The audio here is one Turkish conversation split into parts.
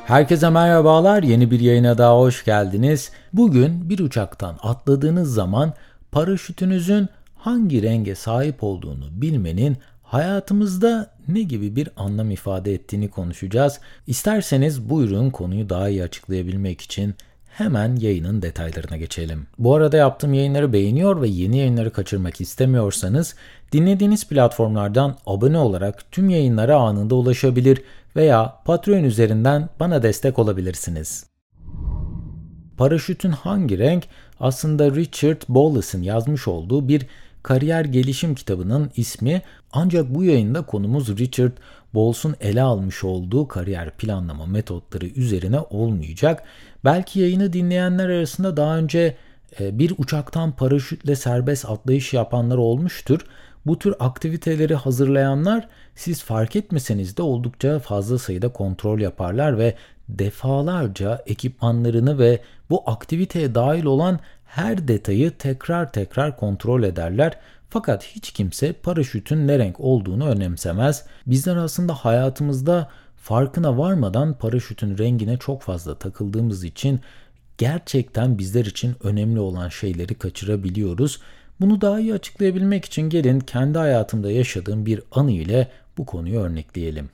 Herkese merhabalar, yeni bir yayına daha hoş geldiniz. Bugün bir uçaktan atladığınız zaman paraşütünüzün hangi renge sahip olduğunu bilmenin hayatımızda ne gibi bir anlam ifade ettiğini konuşacağız. İsterseniz buyurun, konuyu daha iyi açıklayabilmek için hemen yayının detaylarına geçelim. Bu arada yaptığım yayınları beğeniyor ve yeni yayınları kaçırmak istemiyorsanız dinlediğiniz platformlardan abone olarak tüm yayınlara anında ulaşabilir veya Patreon üzerinden bana destek olabilirsiniz. Paraşütün hangi renk aslında Richard Bollas'ın yazmış olduğu bir kariyer gelişim kitabının ismi, ancak bu yayında konumuz Richard Bollas'ın ele almış olduğu kariyer planlama metotları üzerine olmayacak. Belki yayını dinleyenler arasında daha önce bir uçaktan paraşütle serbest atlayış yapanlar olmuştur. Bu tür aktiviteleri hazırlayanlar siz fark etmeseniz de oldukça fazla sayıda kontrol yaparlar ve defalarca ekipmanlarını ve bu aktiviteye dahil olan her detayı tekrar tekrar kontrol ederler. Fakat hiç kimse paraşütün ne renk olduğunu önemsemez. Bizler aslında hayatımızda farkına varmadan paraşütün rengine çok fazla takıldığımız için gerçekten bizler için önemli olan şeyleri kaçırabiliyoruz. Bunu daha iyi açıklayabilmek için gelin kendi hayatımda yaşadığım bir anı ile bu konuyu örnekleyelim.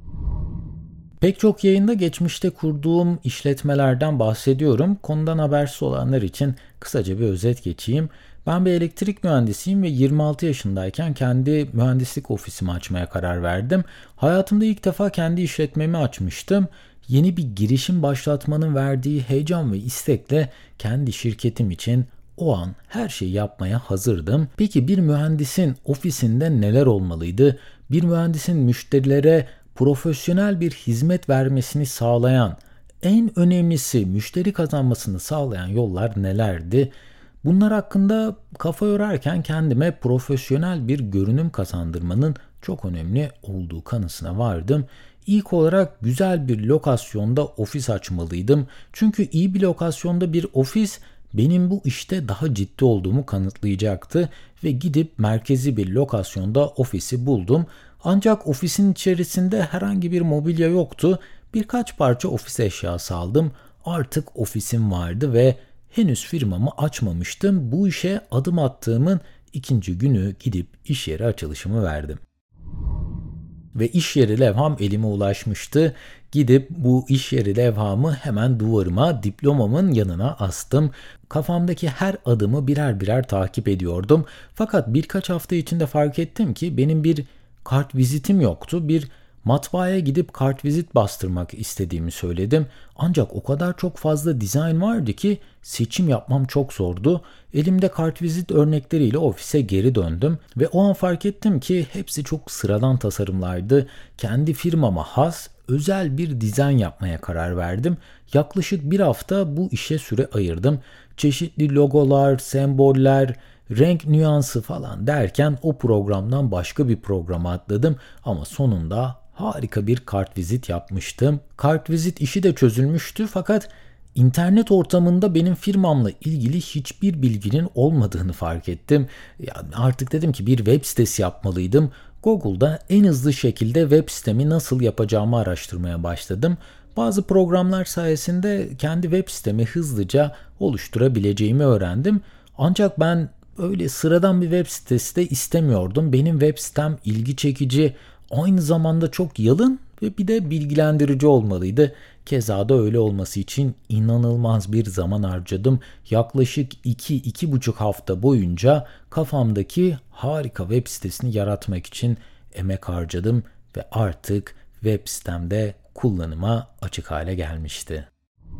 Pek çok yayında geçmişte kurduğum işletmelerden bahsediyorum. Konudan habersiz olanlar için kısaca bir özet geçeyim. Ben bir elektrik mühendisiyim ve 26 yaşındayken kendi mühendislik ofisimi açmaya karar verdim. Hayatımda ilk defa kendi işletmemi açmıştım. Yeni bir girişim başlatmanın verdiği heyecan ve istekle kendi şirketim için o an her şeyi yapmaya hazırdım. Peki bir mühendisin ofisinde neler olmalıydı? Bir mühendisin müşterilere profesyonel bir hizmet vermesini sağlayan, en önemlisi müşteri kazanmasını sağlayan yollar nelerdi? Bunlar hakkında kafa yorarken kendime profesyonel bir görünüm kazandırmanın çok önemli olduğu kanısına vardım. İlk olarak güzel bir lokasyonda ofis açmalıydım. Çünkü iyi bir lokasyonda bir ofis benim bu işte daha ciddi olduğumu kanıtlayacaktı ve gidip merkezi bir lokasyonda ofisi buldum. Ancak ofisin içerisinde herhangi bir mobilya yoktu. Birkaç parça ofis eşyası aldım. Artık ofisim vardı ve henüz firmamı açmamıştım. Bu işe adım attığımın ikinci günü gidip iş yeri açılışımı verdim. Ve iş yeri levham elime ulaşmıştı. Gidip bu iş yeri levhamı hemen duvarıma, diplomamın yanına astım. Kafamdaki her adımı birer birer takip ediyordum. Fakat birkaç hafta içinde fark ettim ki benim bir kartvizitim yoktu. Bir matbaaya gidip kartvizit bastırmak istediğimi söyledim. Ancak o kadar çok fazla dizayn vardı ki seçim yapmam çok zordu. Elimde kartvizit örnekleriyle ofise geri döndüm ve o an fark ettim ki hepsi çok sıradan tasarımlardı. Kendi firmama has özel bir dizayn yapmaya karar verdim. Yaklaşık bir hafta bu işe süre ayırdım. Çeşitli logolar, semboller, renk nüansı falan derken o programdan başka bir programa atladım ama sonunda harika bir kartvizit yapmıştım. Kartvizit işi de çözülmüştü fakat İnternet ortamında benim firmamla ilgili hiçbir bilginin olmadığını fark ettim. Yani artık dedim ki bir web sitesi yapmalıydım. Google'da en hızlı şekilde web sitemi nasıl yapacağımı araştırmaya başladım. Bazı programlar sayesinde kendi web sitemi hızlıca oluşturabileceğimi öğrendim. Ancak ben öyle sıradan bir web sitesi de istemiyordum. Benim web sitem ilgi çekici, aynı zamanda çok yalın ve bir de bilgilendirici olmalıydı. Keza da öyle olması için inanılmaz bir zaman harcadım. Yaklaşık 2-2,5 hafta boyunca kafamdaki harika web sitesini yaratmak için emek harcadım ve artık web sitemde kullanıma açık hale gelmişti.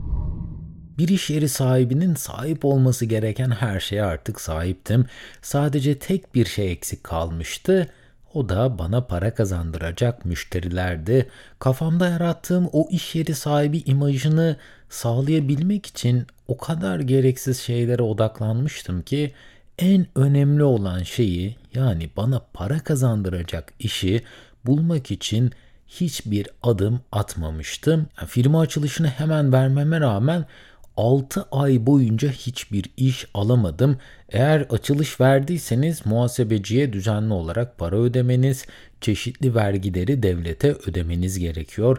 Bir iş yeri sahibinin sahip olması gereken her şeye artık sahiptim. Sadece tek bir şey eksik kalmıştı. O da bana para kazandıracak müşterilerdi. Kafamda yarattığım o iş yeri sahibi imajını sağlayabilmek için o kadar gereksiz şeylere odaklanmıştım ki en önemli olan şeyi, yani bana para kazandıracak işi bulmak için hiçbir adım atmamıştım. Firma açılışını hemen vermeme rağmen 6 ay boyunca hiçbir iş alamadım. Eğer açılış verdiyseniz muhasebeciye düzenli olarak para ödemeniz, çeşitli vergileri devlete ödemeniz gerekiyor.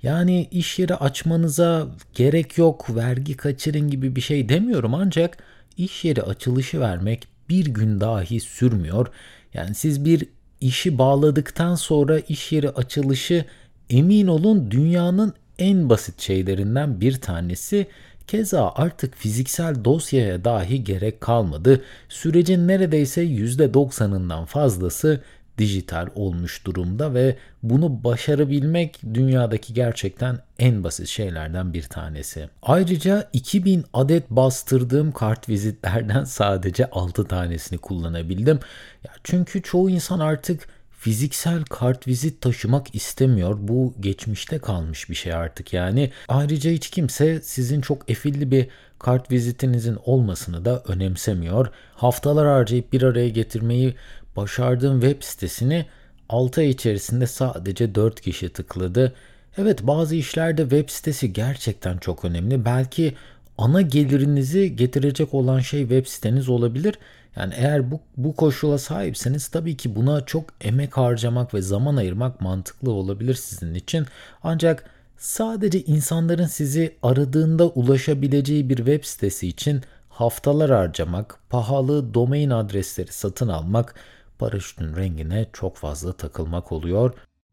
Yani iş yeri açmanıza gerek yok, vergi kaçırın gibi bir şey demiyorum, ancak iş yeri açılışı vermek bir gün dahi sürmüyor. Yani siz bir işi bağladıktan sonra iş yeri açılışı, emin olun, dünyanın en basit şeylerinden bir tanesi. Keza artık fiziksel dosyaya dahi gerek kalmadı. Sürecin neredeyse %90'ından fazlası dijital olmuş durumda ve bunu başarabilmek dünyadaki gerçekten en basit şeylerden bir tanesi. Ayrıca 2000 adet bastırdığım kartvizitlerden sadece 6 tanesini kullanabildim. Ya çünkü çoğu insan artık fiziksel kartvizit taşımak istemiyor. Bu geçmişte kalmış bir şey artık yani. Ayrıca hiç kimse sizin çok efilli bir kartvizitinizin olmasını da önemsemiyor. Haftalar harcayıp bir araya getirmeyi başardığım web sitesini 6 ay içerisinde sadece 4 kişi tıkladı. Evet, bazı işlerde web sitesi gerçekten çok önemli. Belki ana gelirinizi getirecek olan şey web siteniz olabilir. Yani eğer bu koşula sahipseniz tabii ki buna çok emek harcamak ve zaman ayırmak mantıklı olabilir sizin için. Ancak sadece insanların sizi aradığında ulaşabileceği bir web sitesi için haftalar harcamak, pahalı domain adresleri satın almak, paraşütün rengine çok fazla takılmak oluyor.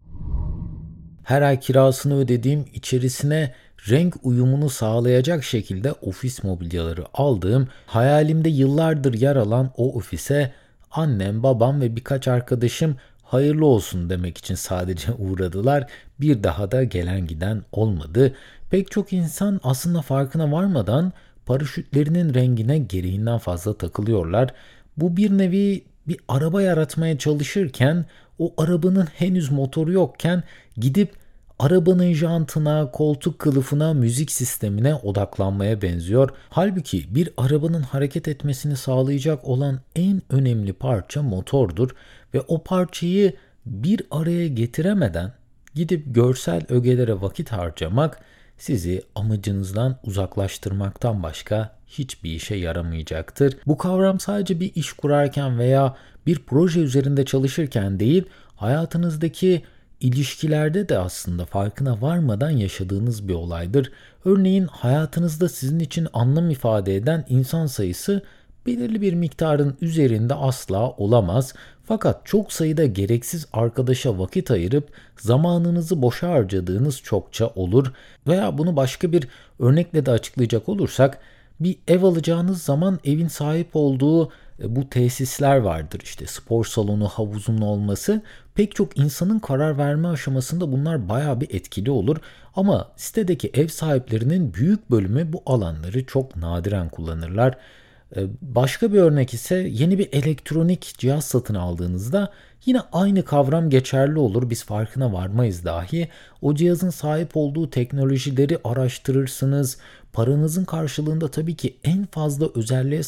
Her ay kirasını ödediğim, içerisine renk uyumunu sağlayacak şekilde ofis mobilyaları aldığım, hayalimde yıllardır yer alan o ofise annem, babam ve birkaç arkadaşım hayırlı olsun demek için sadece uğradılar. Bir daha da gelen giden olmadı. Pek çok insan aslında farkına varmadan paraşütlerinin rengine gereğinden fazla takılıyorlar. Bu bir nevi bir araba yaratmaya çalışırken, o arabanın henüz motoru yokken gidip arabanın jantına, koltuk kılıfına, müzik sistemine odaklanmaya benziyor. Halbuki bir arabanın hareket etmesini sağlayacak olan en önemli parça motordur ve o parçayı bir araya getiremeden gidip görsel ögelere vakit harcamak sizi amacınızdan uzaklaştırmaktan başka hiçbir işe yaramayacaktır. Bu kavram sadece bir iş kurarken veya bir proje üzerinde çalışırken değil, hayatınızdaki ilişkilerde de aslında farkına varmadan yaşadığınız bir olaydır. Örneğin hayatınızda sizin için anlam ifade eden insan sayısı belirli bir miktarın üzerinde asla olamaz. Fakat çok sayıda gereksiz arkadaşa vakit ayırıp zamanınızı boşa harcadığınız çokça olur. Veya bunu başka bir örnekle de açıklayacak olursak, bir ev alacağınız zaman evin sahip olduğu bu tesisler vardır. İşte spor salonu, havuzun olması. Pek çok insanın karar verme aşamasında bunlar bayağı bir etkili olur. Ama sitedeki ev sahiplerinin büyük bölümü bu alanları çok nadiren kullanırlar. Başka bir örnek ise yeni bir elektronik cihaz satın aldığınızda yine aynı kavram geçerli olur. Biz farkına varmayız dahi. O cihazın sahip olduğu teknolojileri araştırırsınız. Paranızın karşılığında tabii ki en fazla özelliğe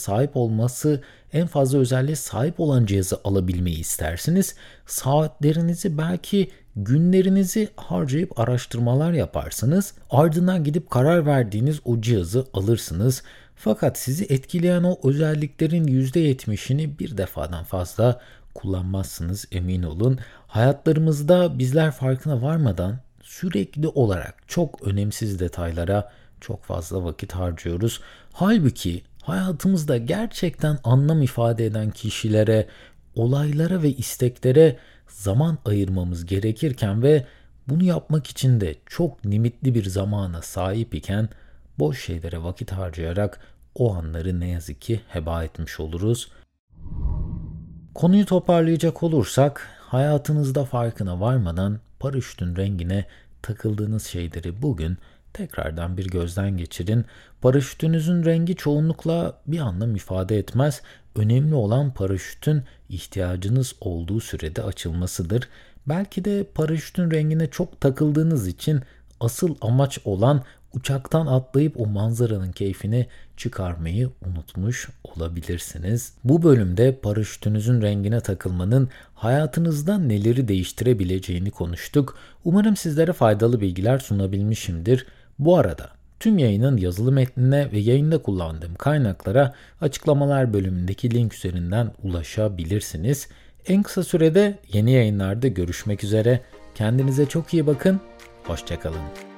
sahip olan cihazı alabilmeyi istersiniz. Saatlerinizi, belki günlerinizi harcayıp araştırmalar yaparsınız. Ardından gidip karar verdiğiniz o cihazı alırsınız. Fakat sizi etkileyen o özelliklerin %70'ini bir defadan fazla kullanmazsınız, emin olun. Hayatlarımızda bizler farkına varmadan sürekli olarak çok önemsiz detaylara çok fazla vakit harcıyoruz. Halbuki hayatımızda gerçekten anlam ifade eden kişilere, olaylara ve isteklere zaman ayırmamız gerekirken ve bunu yapmak için de çok limitli bir zamana sahip iken boş şeylere vakit harcayarak o anları ne yazık ki heba etmiş oluruz. Konuyu toparlayacak olursak, hayatınızda farkına varmadan paraşütün rengine takıldığınız şeyleri bugün tekrardan bir gözden geçirin. Paraşütünüzün rengi çoğunlukla bir anlam ifade etmez. Önemli olan paraşütün ihtiyacınız olduğu sürede açılmasıdır. Belki de paraşütün rengine çok takıldığınız için asıl amaç olan uçaktan atlayıp o manzaranın keyfini çıkarmayı unutmuş olabilirsiniz. Bu bölümde paraşütünüzün rengine takılmanın hayatınızda neleri değiştirebileceğini konuştuk. Umarım sizlere faydalı bilgiler sunabilmişimdir. Bu arada tüm yayının yazılı metnine ve yayında kullandığım kaynaklara açıklamalar bölümündeki link üzerinden ulaşabilirsiniz. En kısa sürede yeni yayınlarda görüşmek üzere. Kendinize çok iyi bakın. Hoşça kalın.